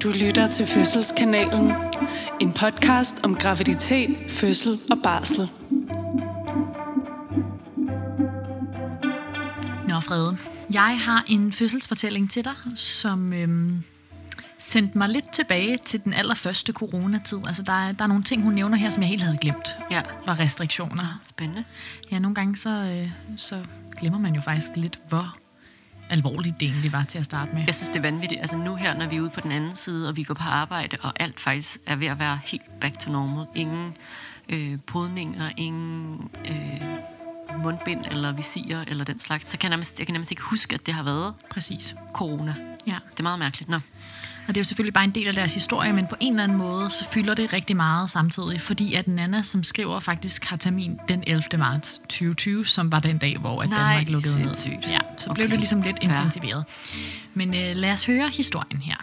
Du lytter til Fødselskanalen. En podcast om graviditet, fødsel og barsel. Nå, Frede. Jeg har en fødselsfortælling til dig, som sendte mig lidt tilbage til den allerførste coronatid. Altså, der er nogle ting, hun nævner her, som jeg helt havde glemt. Ja. Var restriktioner. Spændende. Ja, nogle gange så glemmer man jo faktisk lidt, hvor alvorligt det egentlig var til at starte med. Jeg synes, det er vanvittigt. Altså nu her, når vi er ude på den anden side, og vi går på arbejde, og alt faktisk er ved at være helt back to normal. Ingen podninger, ingen mundbind eller visir eller den slags. Så jeg kan nærmest ikke huske, at det har været Præcis. corona. Ja. Det er meget mærkeligt. Nå. Og det er jo selvfølgelig bare en del af deres historie, men på en eller anden måde, så fylder det rigtig meget samtidig, fordi at Nana, som skriver, faktisk har termin den 11. marts 2020, som var den dag, hvor Danmark lukkede ned. Ja, så blev det ligesom lidt intensiveret. Men lad os høre historien her.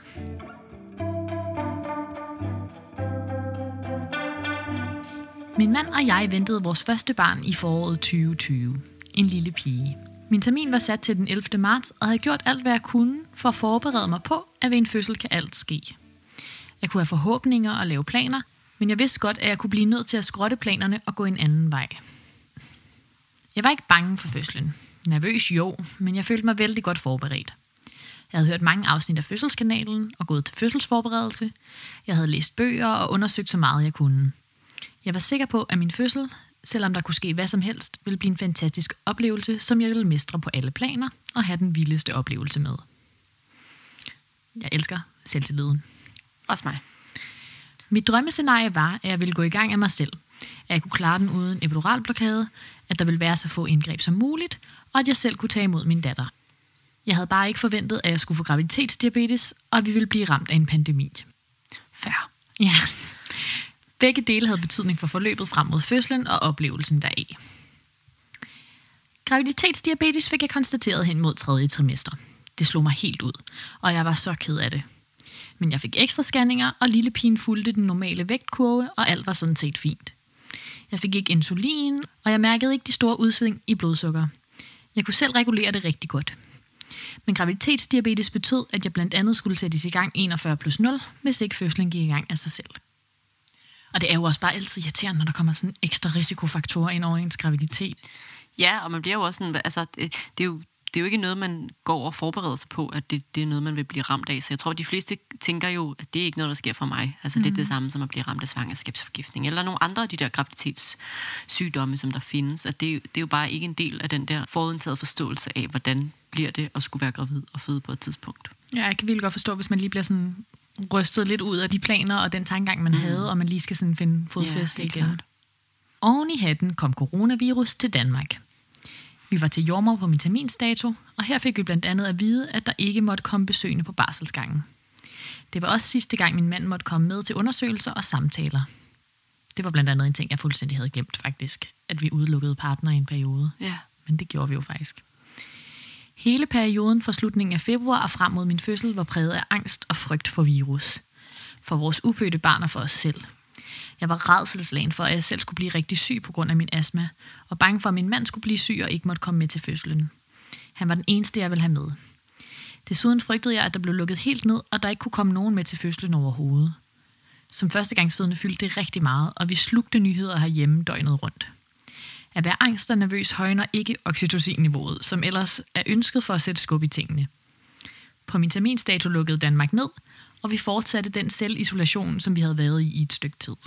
Min mand og jeg ventede vores første barn i foråret 2020. En lille pige. Min termin var sat til den 11. marts, og havde gjort alt, hvad jeg kunne for at forberede mig på, at ved en fødsel kan alt ske. Jeg kunne have forhåbninger og lave planer, men jeg vidste godt, at jeg kunne blive nødt til at skrotte planerne og gå en anden vej. Jeg var ikke bange for fødslen. Nervøs jo, men jeg følte mig vældig godt forberedt. Jeg havde hørt mange afsnit af Fødselskanalen og gået til fødselsforberedelse. Jeg havde læst bøger og undersøgt så meget, jeg kunne. Jeg var sikker på, at min fødsel, selvom der kunne ske hvad som helst, ville blive en fantastisk oplevelse, som jeg ville mestre på alle planer og have den vildeste oplevelse med. Jeg elsker selvtilliden. Også mig. Mit drømmescenarie var, at jeg ville gå i gang af mig selv. At jeg kunne klare den uden epiduralblokade, at der ville være så få indgreb som muligt, og at jeg selv kunne tage imod min datter. Jeg havde bare ikke forventet, at jeg skulle få graviditetsdiabetes, og at vi ville blive ramt af en pandemi. Fair. Ja. Begge dele havde betydning for forløbet frem mod fødslen og oplevelsen deraf. Graviditetsdiabetes fik jeg konstateret hen mod 3. trimester. Det slog mig helt ud, og jeg var så ked af det. Men jeg fik ekstra scanninger, og lille pigen fulgte den normale vægtkurve, og alt var sådan set fint. Jeg fik ikke insulin, og jeg mærkede ikke de store udsving i blodsukker. Jeg kunne selv regulere det rigtig godt. Men graviditetsdiabetes betød, at jeg blandt andet skulle sættes i gang 41+0, hvis ikke fødslen gik i gang af sig selv. Og det er jo også bare altid irriterende, når der kommer sådan ekstra risikofaktorer ind over ens graviditet. Ja, og man bliver jo også sådan, altså, det er jo ikke noget, man går og forbereder sig på, at det er noget, man vil blive ramt af. Så jeg tror, de fleste tænker jo, at det er ikke noget, der sker for mig. Altså det er det samme som at blive ramt af svangerskabsforgiftning. Eller nogle andre af de der graviditetssygdomme, som der findes. At det er jo bare ikke en del af den der forudindtaget forståelse af, hvordan bliver det at skulle være gravid og føde på et tidspunkt. Ja, jeg kan virkelig godt forstå, hvis man lige bliver sådan rystet lidt ud af de planer og den tankegang, man havde, og man lige skal sådan finde fodfæste igen. Klart. Oven i hatten kom coronavirus til Danmark. Vi var til jordemoder på min terminsdato, og her fik vi blandt andet at vide, at der ikke måtte komme besøgende på barselsgangen. Det var også sidste gang, min mand måtte komme med til undersøgelser og samtaler. Det var blandt andet en ting, jeg fuldstændig havde glemt faktisk, at vi udelukkede partner i en periode. Ja. Men det gjorde vi jo faktisk. Hele perioden fra slutningen af februar og frem mod min fødsel var præget af angst og frygt for virus. For vores ufødte barn og for os selv. Jeg var rædselsslagen for, at jeg selv skulle blive rigtig syg på grund af min astma, og bange for, at min mand skulle blive syg og ikke måtte komme med til fødslen. Han var den eneste, jeg ville have med. Desuden frygtede jeg, at der blev lukket helt ned, og der ikke kunne komme nogen med til fødslen overhovedet. Som førstegangsfødende fyldte det rigtig meget, og vi slugte nyheder herhjemme døgnet rundt. At være angst og nervøs højner ikke oxytocin-niveauet, som ellers er ønsket for at sætte skub i tingene. På min terminsdato lukkede Danmark ned, og vi fortsatte den selvisolation, som vi havde været i et stykke tid.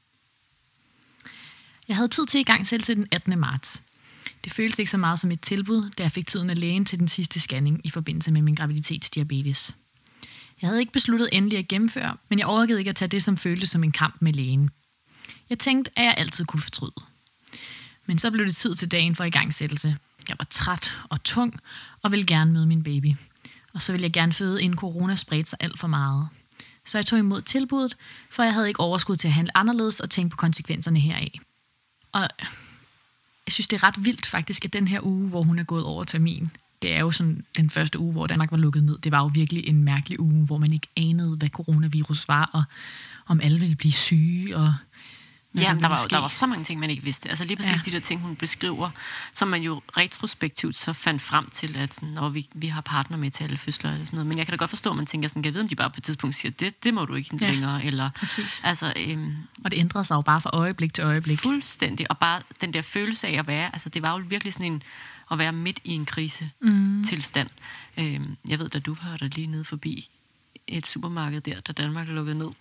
Jeg havde tid til i gang selv til den 18. marts. Det føltes ikke så meget som et tilbud, da jeg fik tiden af lægen til den sidste scanning i forbindelse med min graviditetsdiabetes. Jeg havde ikke besluttet endelig at gennemføre, men jeg overgivede ikke at tage det, som føltes som en kamp med lægen. Jeg tænkte, at jeg altid kunne fortryde. Men så blev det tid til dagen for igangsættelse. Jeg var træt og tung og ville gerne møde min baby. Og så ville jeg gerne føde, inden corona spredte sig alt for meget. Så jeg tog imod tilbuddet, for jeg havde ikke overskud til at handle anderledes og tænke på konsekvenserne heraf. Og jeg synes, det er ret vildt faktisk, at den her uge, hvor hun er gået over termin, det er jo sådan den første uge, hvor Danmark var lukket ned. Det var jo virkelig en mærkelig uge, hvor man ikke anede, hvad coronavirus var, og om alle ville blive syge. Og Ja, der var så mange ting, man ikke vidste. Altså lige præcis de der ting, hun beskriver, som man jo retrospektivt så fandt frem til, at sådan, når vi har partner med til alle fødsler eller sådan noget. Men jeg kan da godt forstå, at man tænker sådan, kan jeg vide, om de bare på et tidspunkt siger, det må du ikke længere. Eller, altså, og det ændrede sig jo bare fra øjeblik til øjeblik. Fuldstændig. Og bare den der følelse af at være, altså det var jo virkelig sådan at være midt i en krisetilstand. Jeg ved, da du var der lige nede forbi et supermarked der, da Danmark lukkede ned.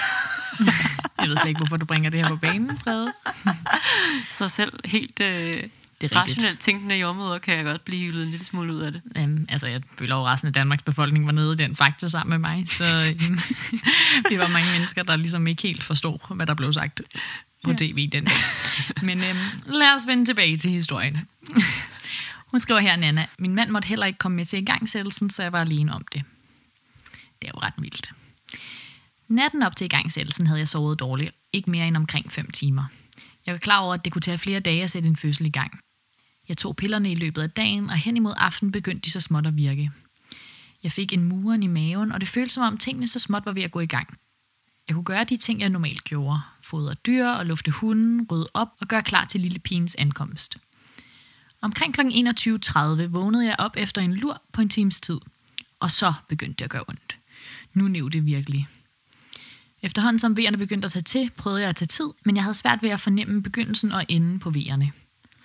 Jeg ved slet ikke, hvorfor du bringer det her på banen, Frede. Så selv helt rationelt tænkende jordmøder kan jeg godt blive hyldet en lille smule ud af det. Altså, jeg føler jo, resten af Danmarks befolkning var nede i den fakta sammen med mig, så vi var mange mennesker, der ligesom ikke helt forstod, hvad der blev sagt på tv den dag. Men lad os vende tilbage til historien. Hun skriver her, Nana, min mand måtte heller ikke komme med til igangsættelsen, så jeg var alene om det. Det er jo ret vildt. Natten op til igangsættelsen havde jeg sovet dårligt, ikke mere end omkring 5 timer. Jeg var klar over, at det kunne tage flere dage at sætte en fødsel i gang. Jeg tog pillerne i løbet af dagen, og hen imod aften begyndte de så småt at virke. Jeg fik en muren i maven, og det føltes som om tingene så småt var ved at gå i gang. Jeg kunne gøre de ting, jeg normalt gjorde. Fodre dyr og lufte hunden, rydde op og gøre klar til lille pigens ankomst. Omkring kl. 21.30 vågnede jeg op efter en lur på en times tid. Og så begyndte det at gøre ondt. Nu næv det virkelig. Efterhånden som vejerne begyndte at tage til, prøvede jeg at tage tid, men jeg havde svært ved at fornemme begyndelsen og enden på vejerne.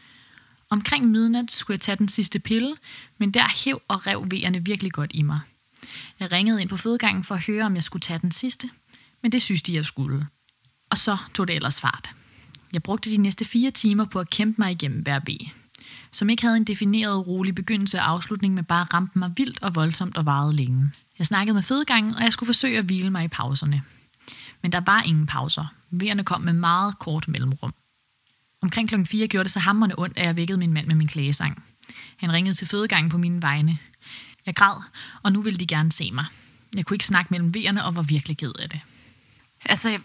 Omkring midnat skulle jeg tage den sidste pille, men der hæv og rev vejerne virkelig godt i mig. Jeg ringede ind på fødegangen for at høre, om jeg skulle tage den sidste, men det synes de, jeg skulle. Og så tog det ellers fart. Jeg brugte de næste 4 timer på at kæmpe mig igennem hver B, som ikke havde en defineret rolig begyndelse og afslutning, men bare ramte mig vildt og voldsomt og varede længe. Jeg snakkede med fødegangen, og jeg skulle forsøge at hvile mig i pauserne. Men der var ingen pauser. Vejerne kom med meget kort mellemrum. Omkring kl. 4 gjorde det så hamrende ondt, at jeg vækkede min mand med min klagesang. Han ringede til fødegangen på mine vegne. Jeg græd, og nu ville de gerne se mig. Jeg kunne ikke snakke mellem vejerne og var virkelig ked af det. Altså,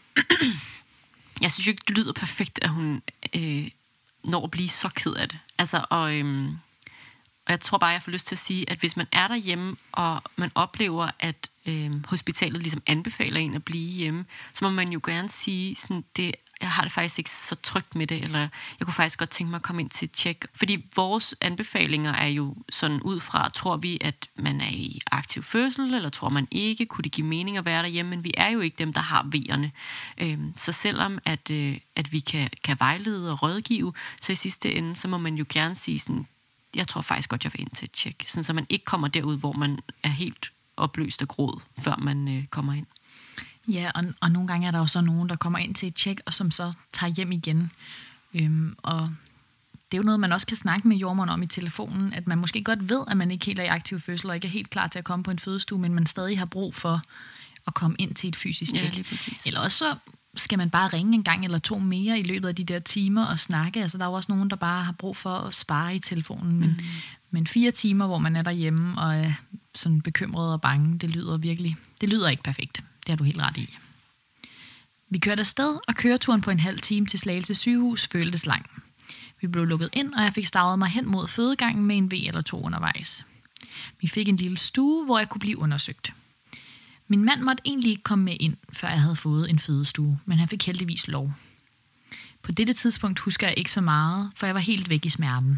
jeg synes jo ikke, det lyder perfekt, at hun når at blive så ked af det. Altså, og jeg tror bare, jeg får lyst til at sige, at hvis man er derhjemme, og man oplever, at hospitalet ligesom anbefaler en at blive hjemme, så må man jo gerne sige, sådan, jeg har det faktisk ikke så trygt med det, eller jeg kunne faktisk godt tænke mig at komme ind til et tjek. Fordi vores anbefalinger er jo sådan ud fra, tror vi, at man er i aktiv fødsel, eller tror man ikke, kunne det give mening at være derhjemme, men vi er jo ikke dem, der har vejerne. Så selvom at vi kan vejlede og rådgive, så i sidste ende, så må man jo gerne sige sådan, jeg tror faktisk godt, jeg vil ind til et tjek, sådan, så man ikke kommer derud, hvor man er helt opløst og gråd, før man kommer ind. Ja, og nogle gange er der jo så nogen, der kommer ind til et tjek, og som så tager hjem igen. Og det er jo noget, man også kan snakke med jordemoderen om i telefonen, at man måske godt ved, at man ikke helt er i aktiv fødsel, og ikke er helt klar til at komme på en fødestue, men man stadig har brug for at komme ind til et fysisk tjek. Ja, lige præcis. Eller også så skal man bare ringe en gang eller 2 mere i løbet af de der timer og snakke. Altså, der er jo også nogen, der bare har brug for at spare i telefonen. Men 4 timer, hvor man er derhjemme og er sådan bekymret og bange, det lyder ikke perfekt. Det har du helt ret i. Vi kørte afsted, og køreturen på en halv time til Slagelse sygehus føltes lang. Vi blev lukket ind, og jeg fik stavet mig hen mod fødegangen med en V eller 2 undervejs. Vi fik en lille stue, hvor jeg kunne blive undersøgt. Min mand måtte egentlig ikke komme med ind, før jeg havde fået en fødestue, men han fik heldigvis lov. På dette tidspunkt husker jeg ikke så meget, for jeg var helt væk i smerten.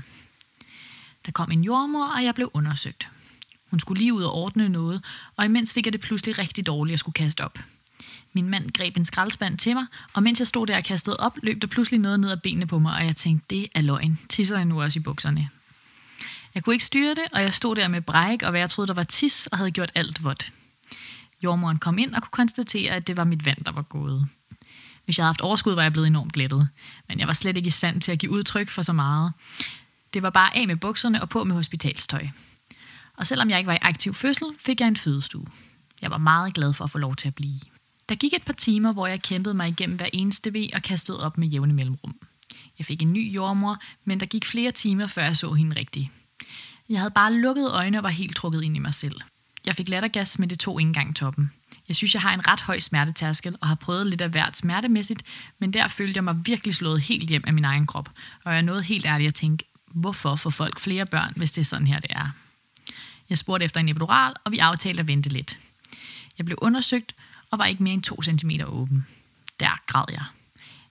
Der kom en jordemoder, og jeg blev undersøgt. Hun skulle lige ud og ordne noget, og imens fik jeg det pludselig rigtig dårligt at skulle kaste op. Min mand greb en skraldespand til mig, og mens jeg stod der og kastede op, løb der pludselig noget ned ad benene på mig, og jeg tænkte, det er løgn. Tisser jeg nu også i bukserne? Jeg kunne ikke styre det, og jeg stod der med bræk, og hvad jeg troede, der var tis, og havde gjort alt vådt. Jordemoderen kom ind og kunne konstatere, at det var mit vand, der var gået. Hvis jeg havde haft overskud, var jeg blevet enormt glættet, men jeg var slet ikke i stand til at give udtryk for så meget. Det var bare af med bukserne og på med hospitalstøj. Og selvom jeg ikke var i aktiv fødsel, fik jeg en fødestue. Jeg var meget glad for at få lov til at blive. Der gik et par timer, hvor jeg kæmpede mig igennem hver eneste V og kastede op med jævne mellemrum. Jeg fik en ny jordemor, men der gik flere timer, før jeg så hende rigtigt. Jeg havde bare lukket øjne og var helt trukket ind i mig selv. Jeg fik lattergas, men det tog ikke engang toppen. Jeg synes, jeg har en ret høj smertetærskel og har prøvet lidt af hvert smertemæssigt, men der følte jeg mig virkelig slået helt hjem af min egen krop, og jeg nåede helt ærligt at tænke, hvorfor får folk flere børn, hvis det er sådan her, det er? Jeg spurgte efter en epidural, og vi aftalte at vente lidt. Jeg blev undersøgt og var ikke mere end 2 centimeter åben. Der græd jeg.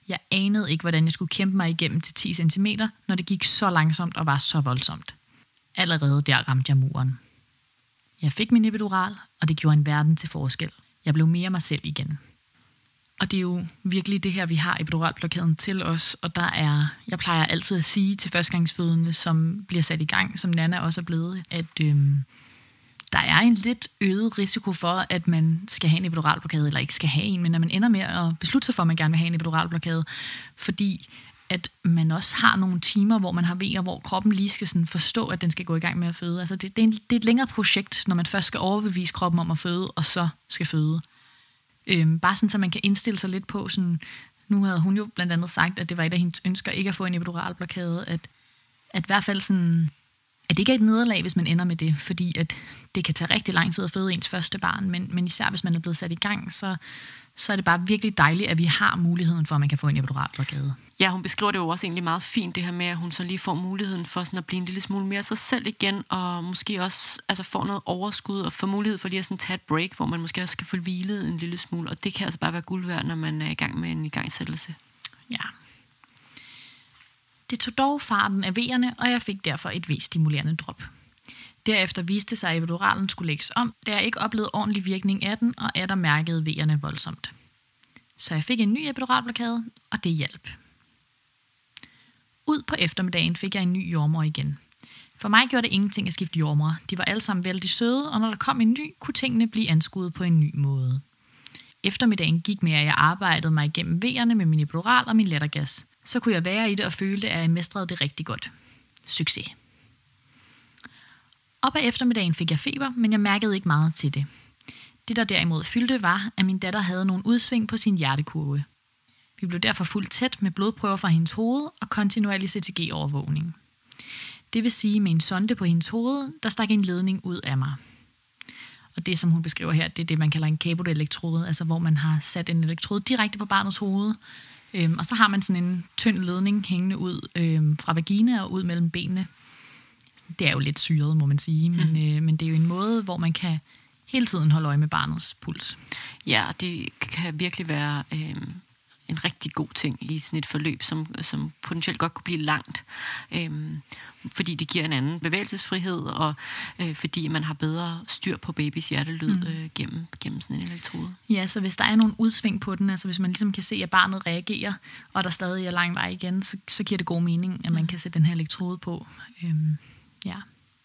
Jeg anede ikke, hvordan jeg skulle kæmpe mig igennem til 10 cm, når det gik så langsomt og var så voldsomt. Allerede der ramte jeg muren. Jeg fik min epidural, og det gjorde en verden til forskel. Jeg blev mere mig selv igen. Og det er jo virkelig det her, vi har epiduralblokaden til os. Og jeg plejer altid at sige til førstegangsfødende, som bliver sat i gang, som Nana også er blevet, at der er en lidt øget risiko for, at man skal have en epiduralblokade, eller ikke skal have en, men at man ender med at beslutte sig for, at man gerne vil have en epiduralblokade, fordi at man også har nogle timer, hvor man har vejer, hvor kroppen lige skal sådan forstå, at den skal gå i gang med at føde. Altså det er et længere projekt, når man først skal overbevise kroppen om at føde, og så skal føde. Bare sådan, så man kan indstille sig lidt på, sådan, nu havde hun jo blandt andet sagt, at det var et af hendes ønsker ikke at få en epiduralblokade, at i hvert fald sådan, at det ikke er et nederlag, hvis man ender med det, fordi at det kan tage rigtig lang tid at føde ens første barn, men især hvis man er blevet sat i gang, så er det bare virkelig dejligt, at vi har muligheden for, at man kan få en epiduralblokade. Ja, hun beskriver det jo også egentlig meget fint, det her med, at hun så lige får muligheden for sådan at blive en lille smule mere sig selv igen, og måske også får noget overskud, og få mulighed for lige at sådan tage et break, hvor man måske også skal få hvilet en lille smule, og det kan altså bare være guld værd, når man er i gang med en igangsættelse. Ja. Det tog dog farten af vejerne, og jeg fik derfor et V-stimulerende drop. Derefter viste det sig, at epiduralen skulle lægges om, da jeg ikke oplevede ordentlig virkning af den, og atter mærkede vejerne voldsomt. Så jeg fik en ny epiduralblokade, og det hjalp. Ud på eftermiddagen fik jeg en ny jordmor igen. For mig gjorde det ingenting at skifte jordmor. De var alle sammen vældig søde, og når der kom en ny, kunne tingene blive anskuet på en ny måde. Eftermiddagen gik med, at jeg arbejdede mig igennem vejerne med min epidural og min lattergas. Så kunne jeg være i det og føle, at jeg mestrede det rigtig godt. Succes. Op ad eftermiddagen fik jeg feber, men jeg mærkede ikke meget til det. Det, der derimod fyldte, var, at min datter havde nogle udsving på sin hjertekurve. Vi blev derfor fuldt tæt med blodprøver fra hendes hoved og kontinuerlig CTG-overvågning. Det vil sige med en sonde på hendes hoved, der stak en ledning ud af mig. Og det, som hun beskriver her, det er det, man kalder en capodelektrode, altså hvor man har sat en elektrode direkte på barnets hoved, og så har man sådan en tynd ledning hængende ud fra vagina og ud mellem benene. Det er jo lidt syret, må man sige, men det er jo en måde, hvor man kan hele tiden holde øje med barnets puls. Ja, det kan virkelig være en rigtig god ting i sådan et forløb, som potentielt godt kunne blive langt. Fordi det giver en anden bevægelsesfrihed, og fordi man har bedre styr på babys hjertelyd gennem sådan en elektrode. Ja, så hvis der er nogle udsving på den, altså hvis man ligesom kan se, at barnet reagerer, og der stadig er lang vej igen, så giver det god mening, at man kan sætte den her elektrode på. Ja.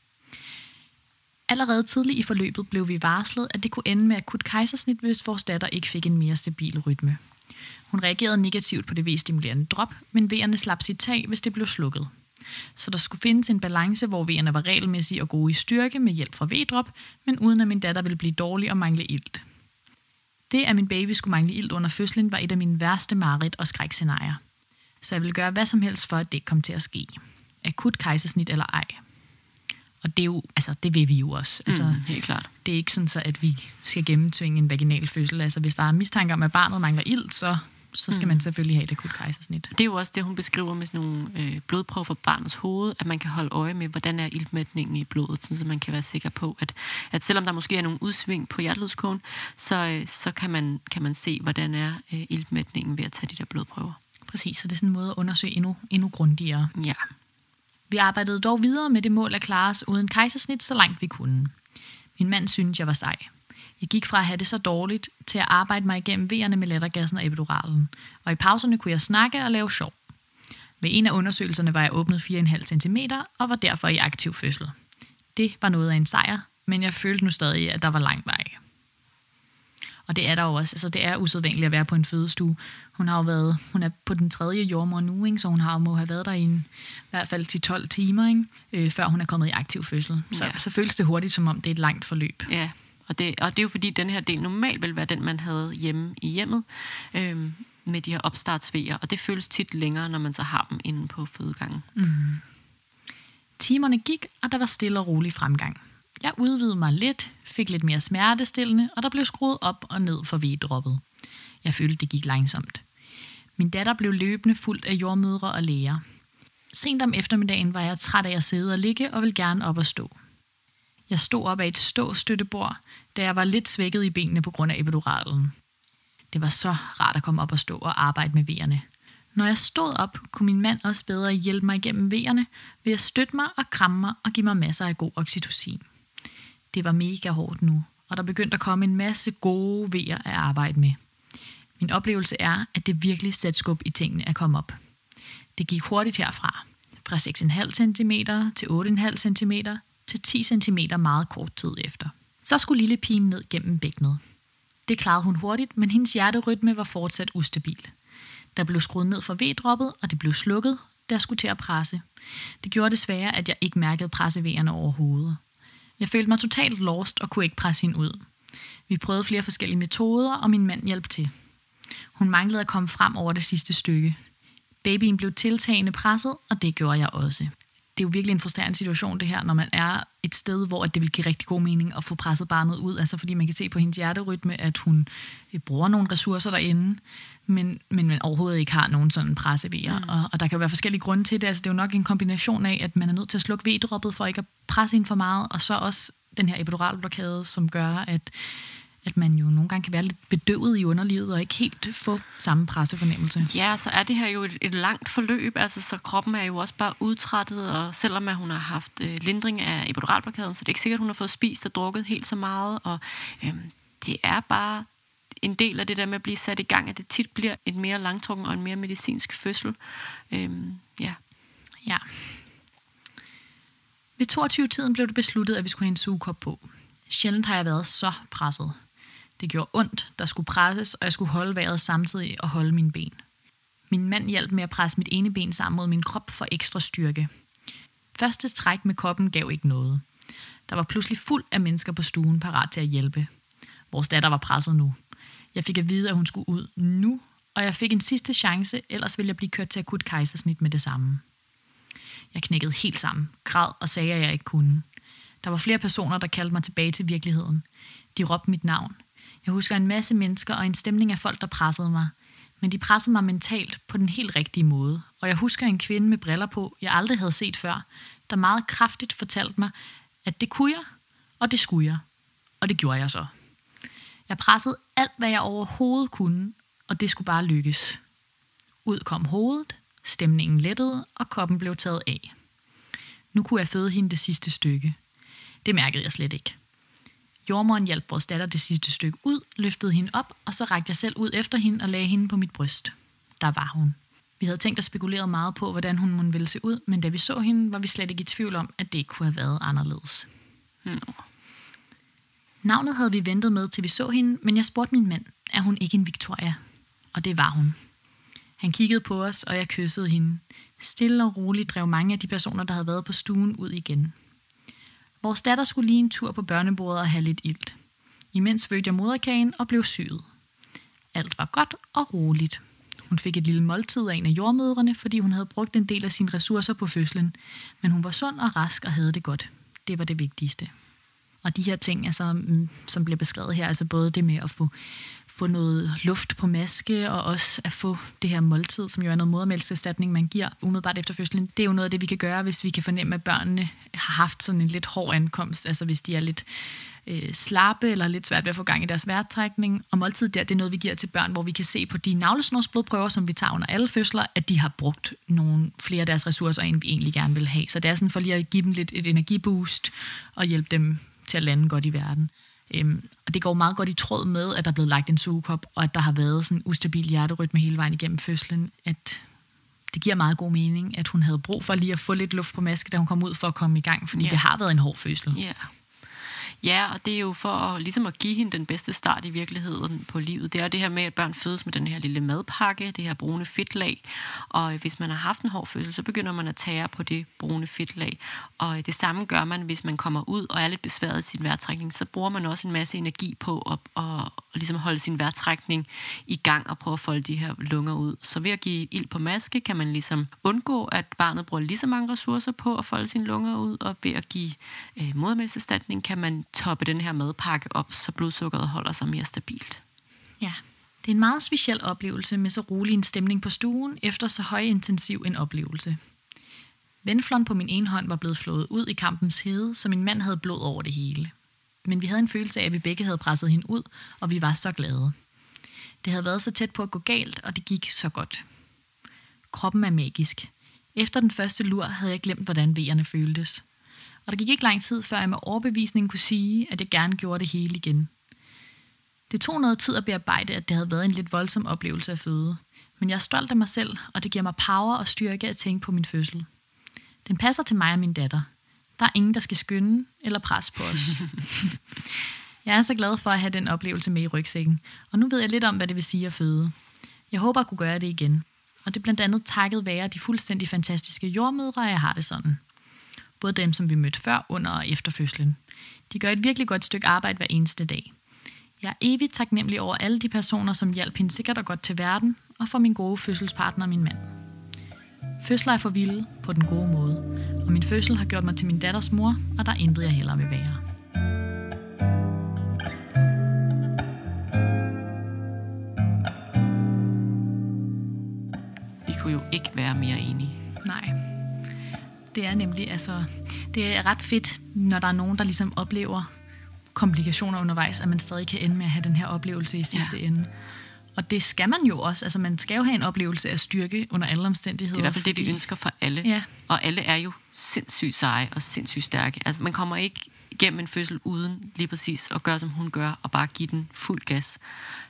Allerede tidligt i forløbet blev vi varslet, at det kunne ende med akut kejsersnit, hvis vores datter ikke fik en mere stabil rytme. Hun reagerede negativt på det V-stimulerende drop, men vejerne slap sit tag, hvis det blev slukket. Så der skulle findes en balance, hvor vejerne var regelmæssige og gode i styrke med hjælp fra V-drop, men uden at min datter ville blive dårlig og mangle ilt. Det, at min baby skulle mangle ilt under fødslen, var et af mine værste mareridt og skrækscenarier. Så jeg ville gøre hvad som helst for, at det ikke kom til at ske. Akut kejsersnit eller ej. Og det er jo, altså det vil vi jo også. Altså, helt klart. Det er ikke sådan, så, at vi skal gennemtvinge en vaginal fødsel. Altså hvis der er mistanke om, at barnet mangler ilt, så skal man selvfølgelig have et akut kejsersnit. Det er jo også det, hun beskriver med sådan nogle blodprøver for barnets hoved, at man kan holde øje med, hvordan er iltmætningen i blodet, så man kan være sikker på, at selvom der måske er nogle udsving på hjertelødskogen, så kan man se, hvordan er iltmætningen ved at tage de der blodprøver. Præcis, så det er sådan en måde at undersøge endnu grundigere. Ja. Vi arbejdede dog videre med det mål at klare os uden kejsersnit, så langt vi kunne. Min mand syntes, jeg var sej. Jeg gik fra at have det så dårligt, til at arbejde mig igennem vejerne med lattergassen og epiduralen. Og i pauserne kunne jeg snakke og lave sjov. Ved en af undersøgelserne var jeg åbnet 4,5 cm og var derfor i aktiv fødsel. Det var noget af en sejr, men jeg følte nu stadig, at der var lang vej. Og det er der jo også. Altså, det er usædvanligt at være på en fødestue. Hun er på den 3. jordmor nu, ikke? Så hun må have været der i hvert fald 10-12 timer, ikke? Før hun er kommet i aktiv fødsel. Så føles det hurtigt, som om det er et langt forløb. Ja, og det er jo fordi, den her del normalt vil være den, man havde hjemme i hjemmet, med de her opstartsvejer, og det føles tit længere, når man så har dem inde på fødegangen. Timerne gik, og der var stille og rolig fremgang. Jeg udvidede mig lidt, fik lidt mere smertestillende, og der blev skruet op og ned for V-droppet. Jeg følte, det gik langsomt. Min datter blev løbende fuldt af jordmødre og læger. Sent om eftermiddagen var jeg træt af at sidde og ligge og ville gerne op og stå. Jeg stod op af et støttebord, da jeg var lidt svækket i benene på grund af epiduralen. Det var så rart at komme op og stå og arbejde med vejerne. Når jeg stod op, kunne min mand også bedre hjælpe mig igennem vejerne ved at støtte mig og kramme mig og give mig masser af god oxytocin. Det var mega hårdt nu, og der begyndte at komme en masse gode vejer at arbejde med. Min oplevelse er, at det virkelig satte skub i tingene at komme op. Det gik hurtigt herfra. Fra 6,5 cm til 8,5 cm til 10 cm meget kort tid efter. Så skulle lille pigen ned gennem bækkenet. Det klarede hun hurtigt, men hendes hjerterytme var fortsat ustabil. Der blev skruet ned for V-droppet, og det blev slukket, da jeg skulle til at presse. Det gjorde desværre, at jeg ikke mærkede pressevejerne overhovedet. Jeg følte mig totalt lost og kunne ikke presse hende ud. Vi prøvede flere forskellige metoder, og min mand hjalp til. Hun manglede at komme frem over det sidste stykke. Babyen blev tiltagende presset, og det gjorde jeg også. Det er jo virkelig en frustrerende situation, det her, når man er et sted, hvor det vil give rigtig god mening at få presset barnet ud. Altså fordi man kan se på hendes hjerterytme, at hun bruger nogle ressourcer derinde, men man overhovedet ikke har nogen sådan pressevejer. Og der kan jo være forskellige grunde til det. Altså det er jo nok en kombination af, at man er nødt til at slukke V-droppet for ikke at presse hende for meget, og så også den her epiduralblokade, som gør, at man jo nogle gange kan være lidt bedøvet i underlivet og ikke helt få samme pressefornemmelse. Ja, så er det her jo et langt forløb, altså så kroppen er jo også bare udtrættet, og selvom at hun har haft lindring af epiduralblokaden, så det er ikke sikkert, at hun har fået spist og drukket helt så meget, og det er bare en del af det der med at blive sat i gang, at det tit bliver en mere langtrukken og en mere medicinsk fødsel. Ja. Ved 22-tiden blev det besluttet, at vi skulle have en sugekop på. Sjældent har jeg været så presset. Det gjorde ondt, der skulle presses, og jeg skulle holde vejret samtidig og holde mine ben. Min mand hjalp med at presse mit ene ben sammen mod min krop for ekstra styrke. Første træk med koppen gav ikke noget. Der var pludselig fuld af mennesker på stuen, parat til at hjælpe. Vores datter var presset nu. Jeg fik at vide, at hun skulle ud nu, og jeg fik en sidste chance, ellers ville jeg blive kørt til akut kejsersnit med det samme. Jeg knækkede helt sammen, græd og sagde, at jeg ikke kunne. Der var flere personer, der kaldte mig tilbage til virkeligheden. De råbte mit navn. Jeg husker en masse mennesker og en stemning af folk, der pressede mig. Men de pressede mig mentalt på den helt rigtige måde. Og jeg husker en kvinde med briller på, jeg aldrig havde set før, der meget kraftigt fortalte mig, at det kunne jeg, og det skulle jeg. Og det gjorde jeg så. Jeg pressede alt, hvad jeg overhovedet kunne, og det skulle bare lykkes. Ud kom hovedet, stemningen lettede, og koppen blev taget af. Nu kunne jeg føde hende det sidste stykke. Det mærkede jeg slet ikke. Jordmoren hjalp vores datter det sidste stykke ud, løftede hende op, og så rakte jeg selv ud efter hende og lagde hende på mit bryst. Der var hun. Vi havde tænkt og spekuleret meget på, hvordan hun ville se ud, men da vi så hende, var vi slet ikke i tvivl om, at det ikke kunne have været anderledes. Navnet havde vi ventet med, til vi så hende, men jeg spurgte min mand, er hun ikke en Victoria? Og det var hun. Han kiggede på os, og jeg kyssede hende. Stille og roligt drev mange af de personer, der havde været på stuen, ud igen. Vores datter skulle lige en tur på børnebordet og have lidt ilt. Imens fødte jeg moderkagen og blev syet. Alt var godt og roligt. Hun fik et lille måltid af en af jordmødrene, fordi hun havde brugt en del af sine ressourcer på fødslen. Men hun var sund og rask og havde det godt. Det var det vigtigste. Og de her ting, altså, som bliver beskrevet her, altså både det med at få noget luft på maske, og også at få det her måltid, som jo er noget modermælkserstatning, man giver umiddelbart efter fødslen. Det er jo noget af det, vi kan gøre, hvis vi kan fornemme, at børnene har haft sådan en lidt hård ankomst. Altså hvis de er lidt slappe, eller lidt svært ved at få gang i deres vejrtrækning. Og måltid der, det er noget, vi giver til børn, hvor vi kan se på de navlesnorsblodprøver, som vi tager under alle fødsler, at de har brugt nogle flere af deres ressourcer, end vi egentlig gerne vil have. Så det er sådan for lige at give dem lidt et energiboost, og hjælpe dem til at lande godt i verden. Og det går meget godt i tråd med, at der er blevet lagt en sugekop, og at der har været sådan en ustabil hjerterytme hele vejen igennem fødslen, at det giver meget god mening, at hun havde brug for lige at få lidt luft på maske, da hun kom ud for at komme i gang, fordi det har været en hård fødsel. Ja, og det er jo for ligesom at give hende den bedste start i virkeligheden på livet. Det er det her med, at børn fødes med den her lille madpakke, det her brune fedtlag. Og hvis man har haft en hård fødsel, så begynder man at tære på det brune fedtlag. Og det samme gør man, hvis man kommer ud og er lidt besværet i sin vejrtrækning. Så bruger man også en masse energi på at ligesom holde sin vejrtrækning i gang og prøve at folde de her lunger ud. Så ved at give ild på maske, kan man ligesom undgå, at barnet bruger lige så mange ressourcer på at folde sine lunger ud. Og ved at give modermælkserstatning, kan man toppe den her madpakke op, så blodsukkeret holder sig mere stabilt. Ja, det er en meget speciel oplevelse med så rolig en stemning på stuen, efter så højintensiv en oplevelse. Venflon på min ene hånd var blevet flået ud i kampens hede, så min mand havde blod over det hele. Men vi havde en følelse af, at vi begge havde presset hende ud, og vi var så glade. Det havde været så tæt på at gå galt, og det gik så godt. kroppen er magisk. Efter den første lur havde jeg glemt, hvordan vejerne føltes. Og der gik ikke lang tid, før jeg med overbevisning kunne sige, at jeg gerne gjorde det hele igen. Det tog noget tid at bearbejde, at det havde været en lidt voldsom oplevelse at føde. Men jeg er stolt af mig selv, og det giver mig power og styrke at tænke på min fødsel. Den passer til mig og min datter. Der er ingen, der skal skynde eller presse på os. Jeg er så glad for at have den oplevelse med i rygsækken, og nu ved jeg lidt om, hvad det vil sige at føde. Jeg håber at kunne gøre det igen. Og det er blandt andet takket være de fuldstændig fantastiske jordmødre, jeg har det sådan. Både dem, som vi mødte før, under og efter fødslen. De gør et virkelig godt stykke arbejde hver eneste dag. Jeg er evigt taknemmelig over alle de personer, som hjalp hende sikkert og godt til verden, og for min gode fødselspartner og min mand. Fødsler er for vilde på den gode måde, og min fødsel har gjort mig til min datters mor, og der er intet, jeg hellere vil være. Vi kunne jo ikke være mere enige. Nej. Det er nemlig, det er ret fedt, når der er nogen, der ligesom oplever komplikationer undervejs, at man stadig kan ende med at have den her oplevelse i sidste ende. Og det skal man jo også. Man skal jo have en oplevelse af styrke under alle omstændigheder. Det er i hvert fald det, vi ønsker for alle. Ja. Og alle er jo sindssygt seje og sindssygt stærke. Altså, man kommer ikke igennem en fødsel uden lige præcis at gøre, som hun gør, og bare give den fuld gas.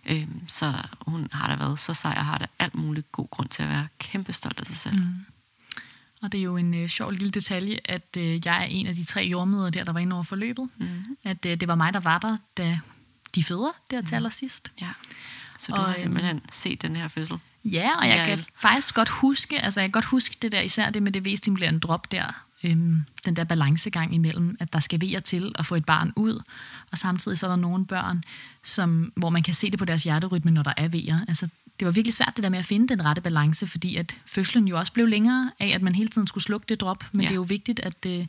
Så hun har da været så sej, og har da alt muligt god grund til at være kæmpe stolt af sig selv. Mm. Og det er jo en sjov lille detalje, at jeg er en af de 3 jordmødre der var inde over forløbet. Mm. At det var mig, der var der, da de føder der til allersidst. Ja. Så du har simpelthen set den her fødsel? Ja, og jeg kan faktisk godt huske, det der, især det med det V-stimulerende drop der, den der balancegang imellem, at der skal vejer til at få et barn ud, og samtidig så er der nogle børn, hvor man kan se det på deres hjerterytme, når der er vejer. Altså, det var virkelig svært det der med at finde den rette balance, fordi at fødslen jo også blev længere af, at man hele tiden skulle slukke det drop, men det er jo vigtigt,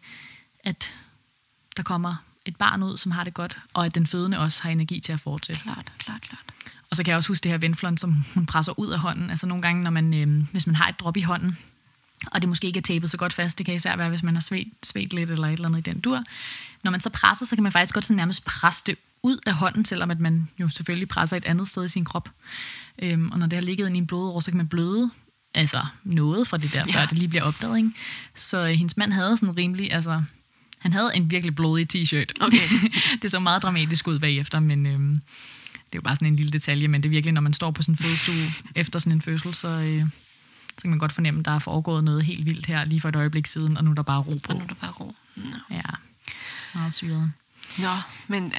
at der kommer et barn ud, som har det godt, og at den fødende også har energi til at fortsætte. Klart. Og så kan jeg også huske det her Venflon, som hun presser ud af hånden. Altså nogle gange, når man, hvis man har et drop i hånden, og det måske ikke er tapet så godt fast, det kan især være, hvis man har svedt lidt eller et eller andet i den dur. Når man så presser, så kan man faktisk godt sådan nærmest presse det ud af hånden, selvom at man jo selvfølgelig presser et andet sted i sin krop. Og når det har ligget inde i en blodår, så kan man bløde noget fra det der, før det lige bliver opdaget. Ikke? Så hendes mand havde sådan rimelig, han havde en virkelig blodig t-shirt. Okay. Det så meget dramatisk ud bagefter, men det er jo bare sådan en lille detalje, men det er virkelig, når man står på sådan en fødestue efter sådan en fødsel, så kan man godt fornemme, at der er foregået noget helt vildt her lige for et øjeblik siden, og nu er der bare ro på. Og nu er der bare ro. No. Ja, meget syret. Nå, men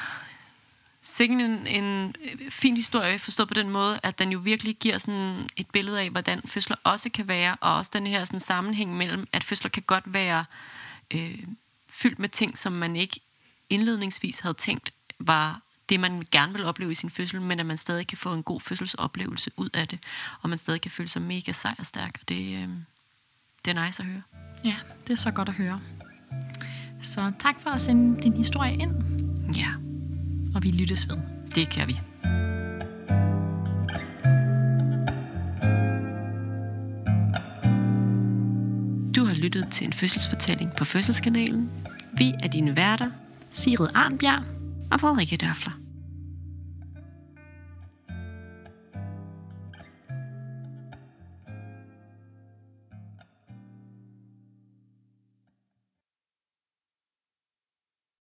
sikkert en fin historie, forstået på den måde, at den jo virkelig giver sådan et billede af, hvordan fødsler også kan være, og også den her sådan sammenhæng mellem, at fødsler kan godt være fyldt med ting, som man ikke indledningsvis havde tænkt var det, man gerne vil opleve i sin fødsel, men at man stadig kan få en god fødselsoplevelse ud af det, og man stadig kan føle sig mega sej og stærk, og det er nice at høre. Ja, det er så godt at høre. Så tak for at sende din historie ind. Ja. Og vi lyttes ved. Det kan vi. Du har lyttet til en fødselsfortælling på Fødselskanalen. Vi er dine værter, Sigrid Arnbjerg og Frederikke Dørfler.